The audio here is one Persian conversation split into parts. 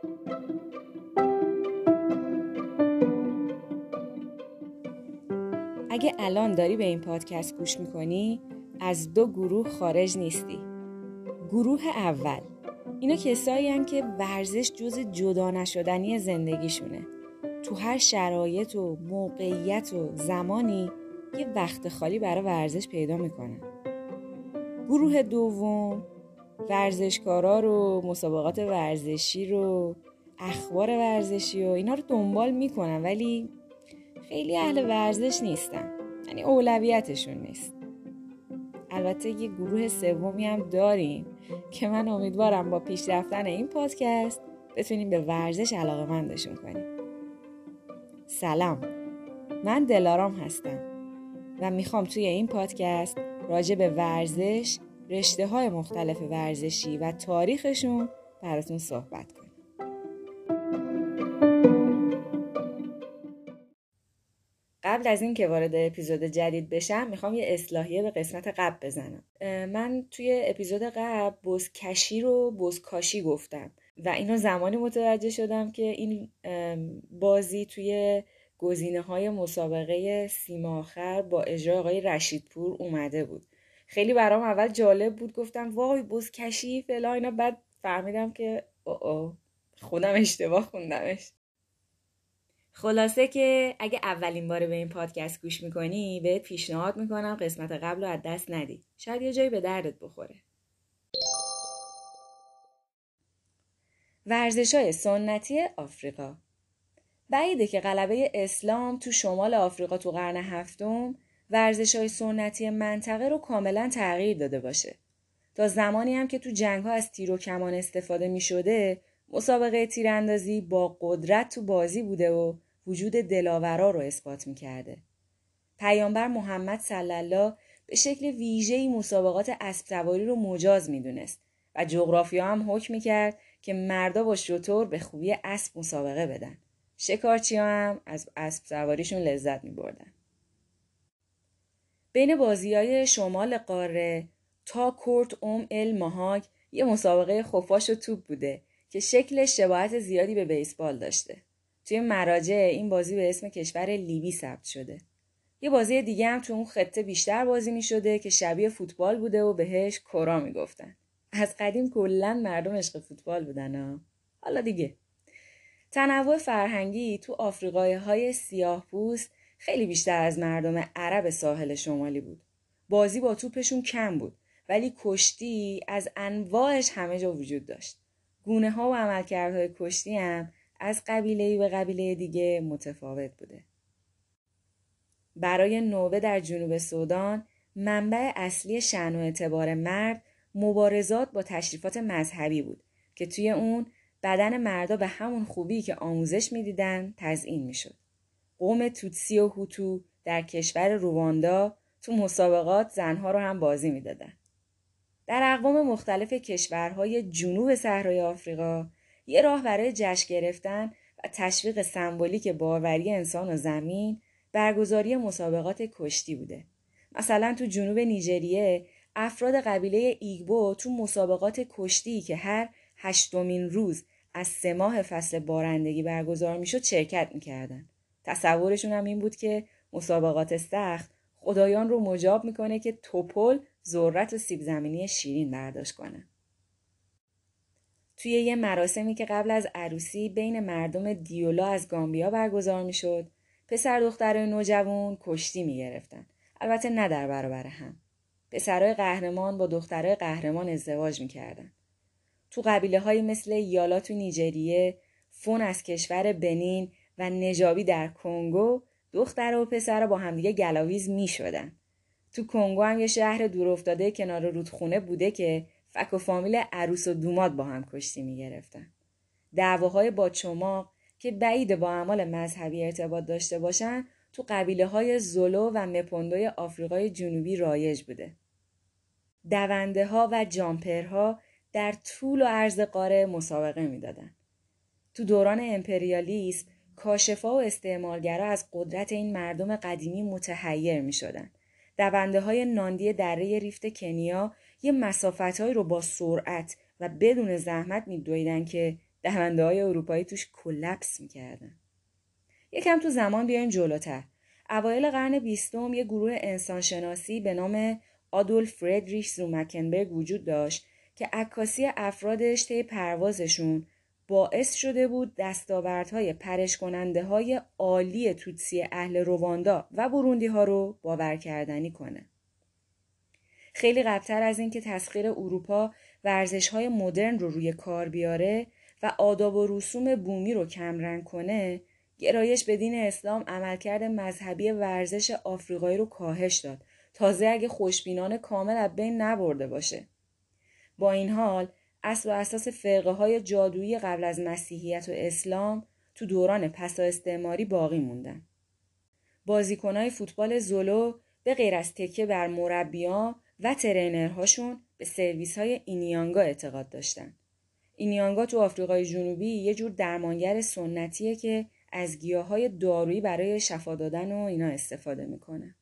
اگه الان داری به این پادکست گوش میکنی، از دو گروه خارج نیستی. گروه اول، اینا کسایی هن که ورزش جز جدا نشدنی زندگیشونه. تو هر شرایط و موقعیت و زمانی یه وقت خالی برای ورزش پیدا میکنن. گروه دوم، ورزشکارا رو، مسابقات ورزشی رو، اخبار ورزشی و اینا رو دنبال میکنن ولی خیلی اهل ورزش نیستن، یعنی اولویتشون نیست. البته یه گروه سومی هم داریم که من امیدوارم با پیش رفتن این پادکست بتونیم به ورزش علاقه‌مندشون کنیم. سلام، من دلارام هستم و میخوام توی این پادکست راجع به ورزش، رشته‌های مختلف ورزشی و تاریخشون براتون صحبت کنم. قبل از این که وارد اپیزود جدید بشم میخوام یه اصلاحیه به قسمت قبل بزنم. من توی اپیزود قبل بزکشی رو بزکاشی گفتم و اینو زمانی متوجه شدم که این بازی توی گزینه‌های مسابقه سیم آخر با اجرای آقای رشیدپور اومده بود. خیلی برام اول جالب بود، گفتم وای بزکشی فلان اینا، بعد فهمیدم که خودم اشتباه خوندمش. خلاصه که اگه اولین باره به این پادکست گوش میکنی بهت پیشنهاد میکنم قسمت قبل رو از دست ندی، شاید یه جایی به دردت بخوره. ورزش‌های سنتی آفریقا. بعیده که غلبه اسلام تو شمال آفریقا تو قرن هفتم ورزش‌های سنتی منطقه رو کاملا تغییر داده باشه. تا زمانی هم که تو جنگ‌ها از تیر و کمان استفاده می‌شده، مسابقه تیراندازی با قدرت تو بازی بوده و وجود دلاورا رو اثبات می‌کرده. پیامبر محمد صلی الله به شکل ویژه‌ای مسابقات اسب سواری رو مجاز می‌دونست و جغرافیا هم حکم می‌کرد که مردا با شتر به خوبی اسب مسابقه بدن. شکارچی‌ها هم از اسب سواریشون لذت می‌بردن. بین بازی‌های شمال قاره تا کورت المهاگ یه مسابقه خفاش و توپ بوده که شکلش شباهت زیادی به بیسبال داشته. توی مراجع این بازی به اسم کشور لیبی ثبت شده. یه بازی دیگه هم تو اون خطه بیشتر بازی می شده که شبیه فوتبال بوده و بهش کرا می گفتن. از قدیم کلن مردم عشق فوتبال بودن ها. حالا دیگه تنوع فرهنگی تو آفریقایی‌های سیاه‌پوست خیلی بیشتر از مردم عرب ساحل شمالی بود. بازی با توپشون کم بود ولی کشتی از انواعش همه جا وجود داشت. گونه‌ها و عملکردهای کشتی هم از قبیله‌ای به قبیله دیگه متفاوت بوده. برای نوبه در جنوب سودان منبع اصلی شأن و اعتبار مرد مبارزات با تشریفات مذهبی بود که توی اون بدن مردا به همون خوبی که آموزش می‌دیدن تزیین می‌شد. قوم توتسی و هوتو در کشور رواندا تو مسابقات زنها رو هم بازی می‌دادن. در اقوام مختلف کشورهای جنوب صحرای آفریقا یه راه برای جشن گرفتن و تشویق سمبولیک باروری انسان و زمین برگزاری مسابقات کشتی بوده. مثلا تو جنوب نیجریه افراد قبیله ایگبو تو مسابقات کشتی که هر 8مین روز از 3 ماه فصل بارندگی برگزار میشد شرکت میکردن. تصورشون هم این بود که مسابقات سخت خدایان رو مجاب میکنه که توپل، ذرت و سیب زمینی شیرین برداشت کنن. توی یه مراسمی که قبل از عروسی بین مردم دیولا از گامبیا برگزار میشد، پسر دخترای نوجوان کشتی میگرفتن. البته نه در برابر هم. پسرای قهرمان با دخترای قهرمان ازدواج میکردن. تو قبیله‌های مثل یالا تو نیجریه، فون از کشور بنین و نجابی در کنگو دختر و پسر با همدیگه گلاویز میشدن. تو کنگو هم یه شهر دورافتاده کنار رودخونه بوده که فک و فامیل عروس و دوماد با هم کشتی میگرفتن. دعواهای با چماق که بعید با اعمال مذهبی ارتباط داشته باشن تو قبیله‌های زولو و مپوندوی آفریقای جنوبی رایج بوده. دونده‌ها و جامپرها در طول و عرض قاره مسابقه میدادن. تو دوران امپریالیسم کاشفا و استعمارگرا از قدرت این مردم قدیمی متحیر میشدن. دونده‌های ناندی دره ریفت کنیا یه مسافت‌هایی رو با سرعت و بدون زحمت می‌دویدن که دونده‌های اروپایی توش کلپس میکردن. یکم تو زمان بیایم جلوتر. اوایل قرن 20 یه گروه انسانشناسی به نام آدولف فردریش زومکنبرگ وجود داشت که عکاسی افرادش طی پروازشون باعث شده بود دستاوردهای پرش کننده های عالی توتسی اهل رواندا و بوروندی ها رو باور کردنی کنه. خیلی قبلتر از این که تسخیر اروپا ورزش های مدرن رو روی کار بیاره و آداب و رسوم بومی رو کمرنگ کنه، گرایش به دین اسلام عملکرد مذهبی ورزش آفریقایی رو کاهش داد، تازه اگه خوشبینانه کامل از بین نبرده باشه. با این حال اصل و اساس فرقه های جادویی قبل از مسیحیت و اسلام تو دوران پسا استعماری باقی موندن. بازیکنای فوتبال زولو به غیر از تکیه بر مربیان و ترینرهاشون به سرویس های اینیانگا اعتقاد داشتن. اینیانگا تو آفریقای جنوبی یه جور درمانگر سنتیه که از گیاهای دارویی برای شفا دادن و اینا استفاده میکنه.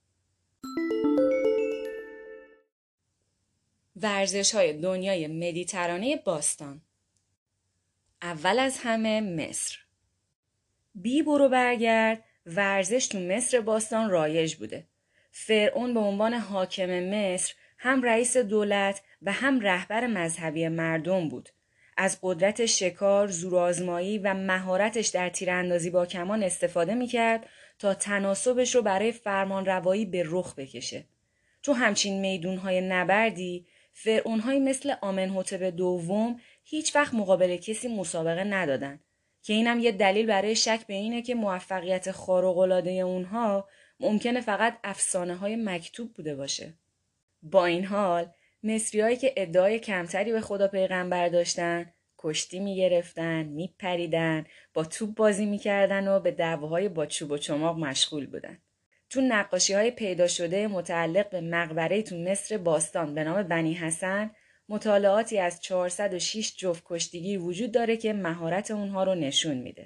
ورزش‌های دنیای مدیترانه باستان. اول از همه مصر. بی برو برگرد ورزش تو مصر باستان رایج بوده. فرعون به عنوان حاکم مصر هم رئیس دولت و هم رهبر مذهبی مردم بود. از قدرت شکار، زورآزمایی و مهارتش در تیراندازی با کمان استفاده میکرد تا تناسبش رو برای فرمانروایی به رخ بکشه. تو همچین میدونهای نبردی فرعون‌هایی مثل آمنحتب دوم هیچ وقت مقابل کسی مسابقه ندادن که اینم یه دلیل برای شک به اینه که موفقیت خارق‌العاده اونها ممکنه فقط افسانه‌های مکتوب بوده باشه. با این حال مصریایی که ادعای کمتری به خدا پیغمبر داشتن کشتی می‌گرفتن، می‌پریدن، با توپ بازی می‌کردن و به دعواهای با چوب و چماق مشغول بودن. تو نقاشی‌های پیدا شده متعلق به مقبره تو مصر باستان به نام بنی حسن مطالعاتی از 406 جفت کشتیگیر وجود داره که مهارت اونها رو نشون میده.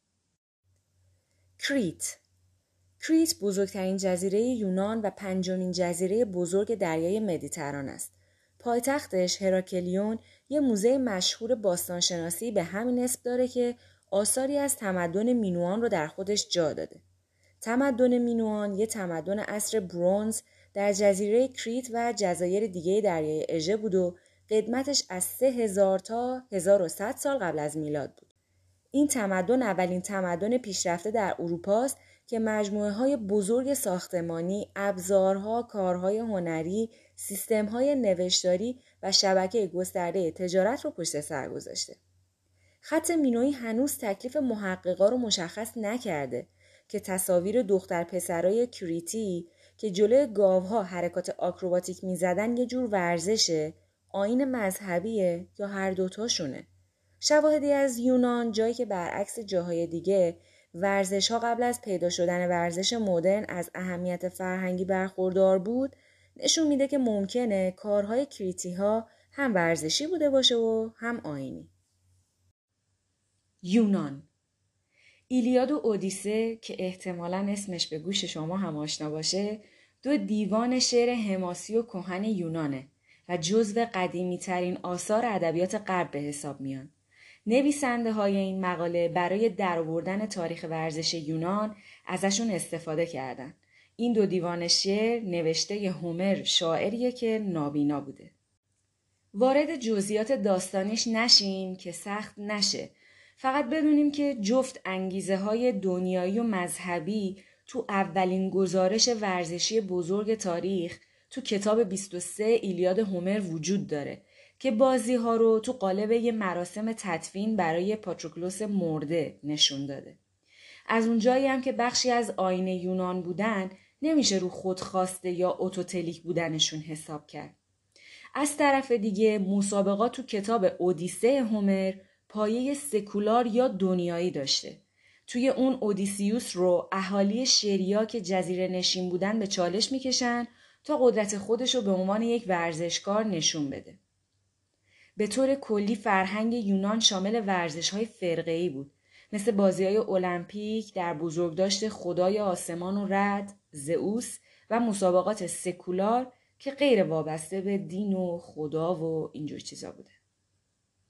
کریت بزرگترین جزیره یونان و پنجمین جزیره بزرگ دریای مدیترانه است. پایتختش هراکلیون یه موزه مشهور باستانشناسی به همین اسم داره که آثاری از تمدن مینوان رو در خودش جا داده. تمدن مینوان یه تمدن عصر برنز در جزیره کریت و جزایر دیگه دریای اژه بود و قدمتش از 3000 تا 1100 سال قبل از میلاد بود. این تمدن اولین تمدن پیشرفته در اروپاست که مجموعه‌های بزرگ ساختمانی، ابزارها، کارهای هنری، سیستم‌های نوشتاری و شبکه گسترده تجارت رو پشت سر گذاشته. خط مینویی هنوز تکلیف محققا رو مشخص نکرده که تصاویر دختر پسرای کریتی که جلوی گاوها حرکات آکروباتیک میزدن یه جور ورزشه، آیین مذهبیه یا هر دوتاشونه. شواهدی از یونان جایی که برعکس جاهای دیگه ورزش‌ها قبل از پیدا شدن ورزش مدرن از اهمیت فرهنگی برخوردار بود نشون میده که ممکنه کارهای کریتی‌ها هم ورزشی بوده باشه و هم آیینی. یونان. ایلیاد و اودیسه که احتمالاً اسمش به گوش شما هم آشنا باشه، دو دیوان شعر حماسی و کهن یونانه و جزو قدیمی ترین آثار ادبیات غرب به حساب میان. نویسنده های این مقاله برای درآوردن تاریخ ورزش یونان ازشون استفاده کردن. این دو دیوان شعر نوشته هومر شاعریه که نابینا بوده. وارد جزئیات داستانیش نشیم که سخت نشه. فقط بدونیم که جفت انگیزه های دنیایی و مذهبی تو اولین گزارش ورزشی بزرگ تاریخ تو کتاب 23 ایلیاد هومر وجود داره که بازی ها رو تو قالب یه مراسم تدفین برای پاتروکلوس مرده نشون داده. از اونجایی هم که بخشی از آیین یونان بودن نمیشه رو خودخواسته یا اوتوتلیک بودنشون حساب کرد. از طرف دیگه مسابقات تو کتاب اودیسه هومر پایه سکولار یا دنیایی داشته. توی اون اودیسیوس رو اهالی شریا که جزیره نشین بودن به چالش میکشن تا قدرت خودش رو به عنوان یک ورزشکار نشون بده. به طور کلی فرهنگ یونان شامل ورزش‌های فرقه‌ای بود، مثل بازی‌های المپیک در بزرگداشت خدای آسمان و رعد، زئوس و مسابقات سکولار که غیر وابسته به دین و خدا و اینجور چیزا بوده.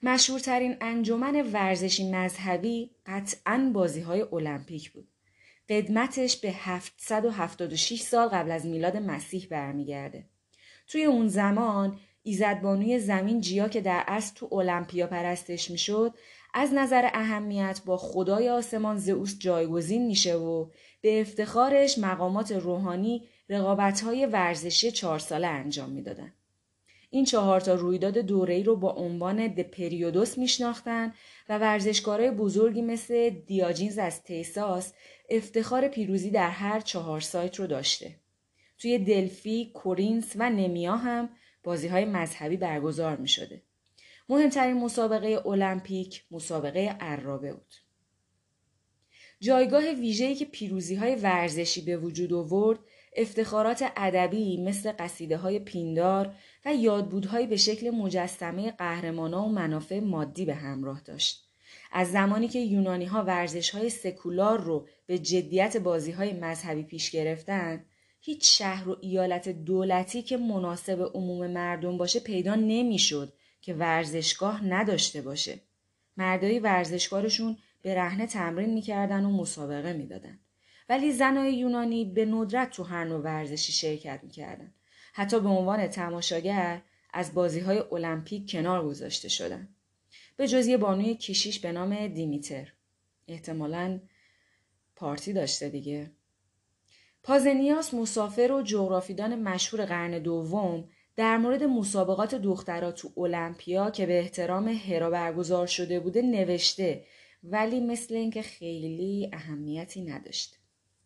مشهورترین انجمن ورزشی مذهبی قطعاً بازی‌های المپیک بود. قدمتش به 776 سال قبل از میلاد مسیح برمیگرده. توی اون زمان ایزدبانوی زمین جیا که در اصل تو المپیا پرستش میشد، از نظر اهمیت با خدای آسمان زئوس جایگزین میشه و به افتخارش مقامات روحانی رقابت‌های ورزشی 4 ساله انجام میدادن. این 4 تا رویداد دوره‌ای رو با عنوان د پریودوس میشناختن و ورزشکارای بزرگی مثل دیاجینز از تیساس افتخار پیروزی در هر 4 سایت رو داشته. توی دلفی، کورینث و نمیا هم بازی‌های مذهبی برگزار می‌شده. مهمترین مسابقه المپیک مسابقه عرابه بود. جایگاه ویژه‌ای که پیروزی‌های ورزشی به وجود آورد، افتخارات ادبی مثل قصیده‌های پیندار و یادبودهایی به شکل مجسمه قهرمانان و منافع مادی به همراه داشت. از زمانی که یونانی‌ها ورزش‌های سکولار رو به جدیت بازی‌های مذهبی پیش گرفتن، هیچ شهر و ایالت دولتی که مناسب عموم مردم باشه پیدا نمی‌شد که ورزشگاه نداشته باشه. مردای ورزشکارشون به رهنه تمرین می‌کردن و مسابقه می‌دادن. ولی زنای یونانی به ندرت تو هر نوع ورزشی شرکت می‌کردن. حتی به عنوان تماشاگر از بازی‌های المپیک کنار گذاشته شدن. به جز یه بانوی کشیش به نام دیمیتر. احتمالاً پارتی داشته دیگه. پازنیاس، مسافر و جغرافیدان مشهور قرن دوم، در مورد مسابقات دخترها تو المپیا که به احترام هرا برگزار شده بوده نوشته، ولی مثل اینکه خیلی اهمیتی نداشته.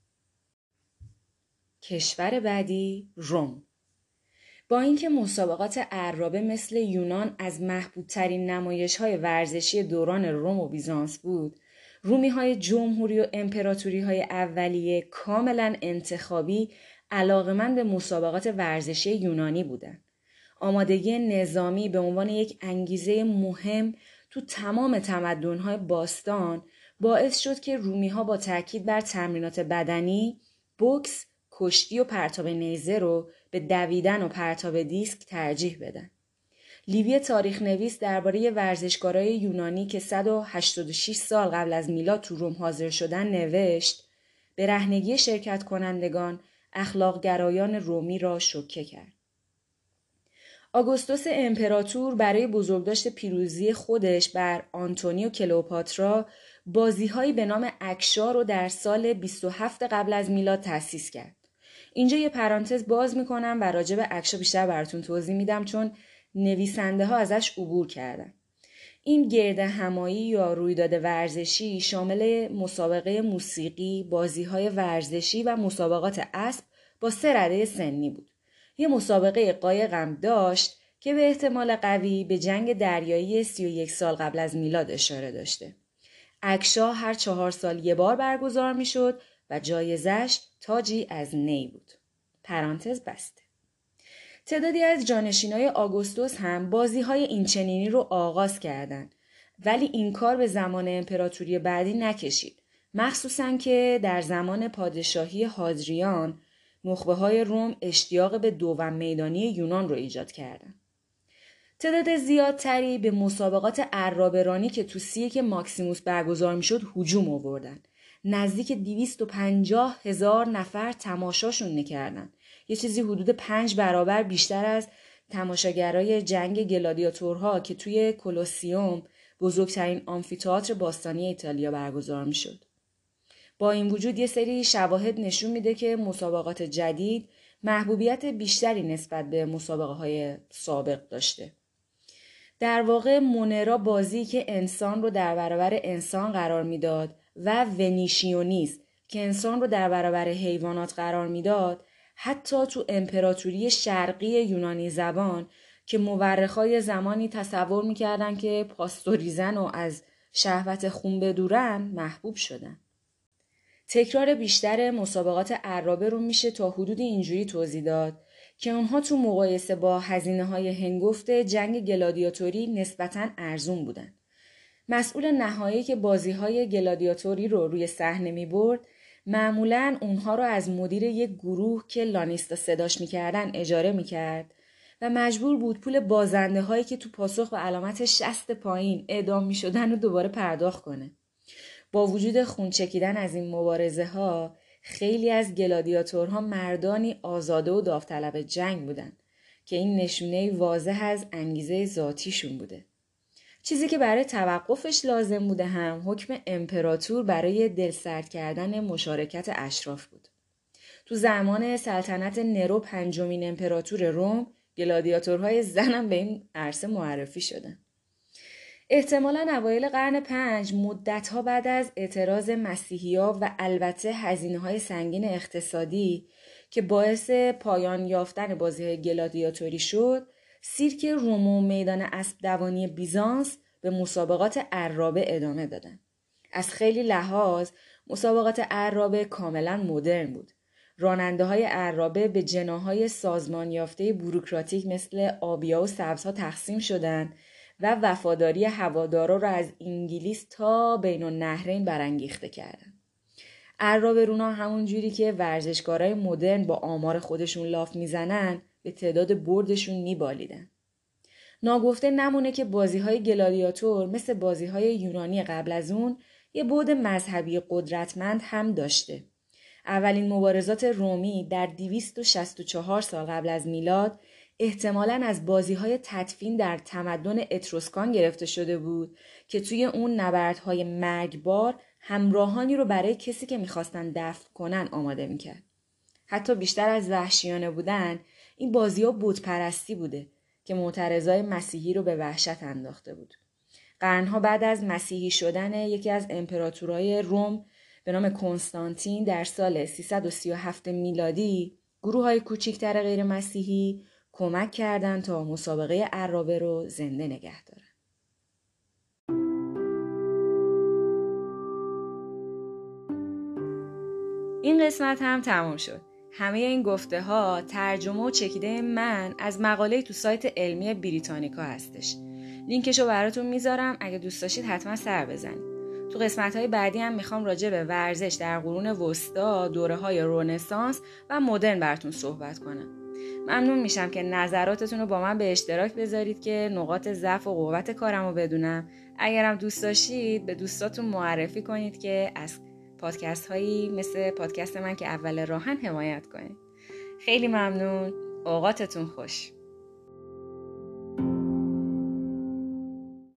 کشور بعدی روم. با اینکه مسابقات عرابه مثل یونان از محبوبترین نمایش‌های ورزشی دوران روم و بیزانس بود، رومی‌های جمهوری و امپراتوری‌های اولیه کاملاً انتخابی علاقه‌مند به مسابقات ورزشی یونانی بودند. آمادگی نظامی به عنوان یک انگیزه مهم تو تمام تمدن‌های باستان باعث شد که رومی‌ها با تاکید بر تمرینات بدنی، بوکس، کشتی و پرتاب نیزه رو به دویدن و پرتاب دیسک ترجیح بدن. لیوی تاریخ نویس درباره ورزشکارای یونانی که 186 سال قبل از میلاد تو روم حاضر شدن نوشت: به رهنگی شرکت کنندگان اخلاق گرایان رومی را شوکه کرد. آگوستوس امپراتور برای بزرگداشت پیروزی خودش بر آنتونی و کلئوپاترا بازی‌هایی به نام اکشا رو در سال 27 قبل از میلاد تأسیس کرد. اینجا یه پرانتز باز میکنم و راجع به اکشا بیشتر براتون توضیح میدم چون نویسنده ها ازش عبور کردن. این گرد همایی یا رویداد ورزشی شامل مسابقه موسیقی، بازی‌های ورزشی و مسابقات اسب با 3 رده سنی بود. یه مسابقه قایق هم داشت که به احتمال قوی به جنگ دریایی 31 سال قبل از میلاد اشاره داشته. اکشا هر 4 سال یه بار برگزار میشد و جایزش تاجی از نی بود. پرانتز بسته. تعدادی از جانشینای آگوستوس هم بازی‌های اینچنینی رو آغاز کردند، ولی این کار به زمان امپراتوری بعدی نکشید. مخصوصاً که در زمان پادشاهی هادریان نخبه‌های روم اشتیاق به دوم میدانی یونان رو ایجاد کردند. تعداد زیادتری به مسابقات عرابه‌رانی که تو 31 ماکسیموس برگزار میشد هجوم آوردن. نزدیک 250,000 نفر تماشاشون میکردن. یه چیزی حدود 5 برابر بیشتر از تماشاگرای جنگ گلادیاتورها که توی کولوسیوم، بزرگترین آمفی‌تئاتر باستانی ایتالیا، برگزار میشد. با این وجود یه سری شواهد نشون میده که مسابقات جدید محبوبیت بیشتری نسبت به مسابقه‌های سابق داشته. در واقع مونرا بازی که انسان رو در برابر انسان قرار میداد و ونیشیونیز که انسان رو در برابر حیوانات قرار میداد، حتی تو امپراتوری شرقی یونانی زبان که مورخای زمانی تصور میکردن که پاستوریزن و از شهوت خون بدورن محبوب شدن. تکرار بیشتر مسابقات عرابه رو میشه تا حدود اینجوری توضیح داد که اونها تو مقایسه با هزینه‌های هنگفت جنگ گلادیاتوری نسبتاً ارزون بودن. مسئول نهایی که بازی‌های گلادیاتوری رو روی صحنه می‌برد، معمولاً اونها رو از مدیر یک گروه که لانیستا صداش می‌کردن اجاره می‌کرد و مجبور بود پول بازنده هایی که تو پاسخ به علامت 60 پایین اعدام می شدن رو دوباره پرداخت کنه. با وجود خون چکیدن از این مبارزه ها، خیلی از گلادیاتورها مردانی آزاده و داوطلب جنگ بودن که این نشونه واضح از انگیزه ذاتیشون بوده. چیزی که برای توقفش لازم بوده هم حکم امپراتور برای دلسرد کردن مشارکت اشراف بود. تو زمان سلطنت نرو 5مین امپراتور روم، گلادیاتورهای زنم به این عرصه معرفی شدن. احتمالاً اوایل قرن 5 مدت‌ها بعد از اعتراض مسیحی‌ها و البته هزینه‌های سنگین اقتصادی که باعث پایان یافتن بازی‌های گلادیاتوری شد، سیرک روم و میدان اسب دوانی بیزانس به مسابقات عرابه ادامه دادن. از خیلی لحاظ مسابقات عرابه کاملاً مدرن بود. راننده‌های عرابه به جناح‌های سازمان یافته بوروکراتیک مثل آبیا و سبزها تقسیم شدند و وفاداری هوادارا را از انگلیس تا بین النهرین برانگیخته کردند. عرابه رونا همون جوری که ورزشکارای مدرن با آمار خودشون لاف میزنن به تعداد بردشون میبالیدن. ناگفته نمونه که بازی‌های گلادیاتور مثل بازی‌های یونانی قبل از اون یه بعد مذهبی قدرتمند هم داشته. اولین مبارزات رومی در 264 سال قبل از میلاد احتمالاً از بازی‌های تدفین در تمدن اتروسکان گرفته شده بود که توی اون نبردهای مرگبار همراهانی رو برای کسی که می‌خواستن دفن کنن آماده می‌کرد. حتی بیشتر از وحشیانه بودن، این بازی‌ها بت‌پرستی بوده که معترضای مسیحی رو به وحشت انداخته بود. قرنها بعد از مسیحی شدن یکی از امپراتورهای روم به نام کنستانتین در سال 337 میلادی، گروه‌های کوچکتر غیر مسیحی کمک کردند تا مسابقه عرابه رو زنده نگه دارن. این قسمت هم تمام شد. همه این گفته ها ترجمه و چکیده من از مقاله تو سایت علمی بریتانیکا هستش. لینکشو براتون میذارم، اگه دوست داشتید حتما سر بزنید. تو قسمت‌های بعدی هم میخوام راجع به ورزش در قرون وسطا، دوره‌های رنسانس و مدرن براتون صحبت کنم. ممنون میشم که نظراتتون رو با من به اشتراک بذارید که نقاط ضعف و قوت کارم رو بدونم. اگرم دوست داشتید به دوستاتون معرفی کنید که از پادکست هایی مثل پادکست من که اول راهن حمایت کنید. خیلی ممنون. اوقاتتون خوش.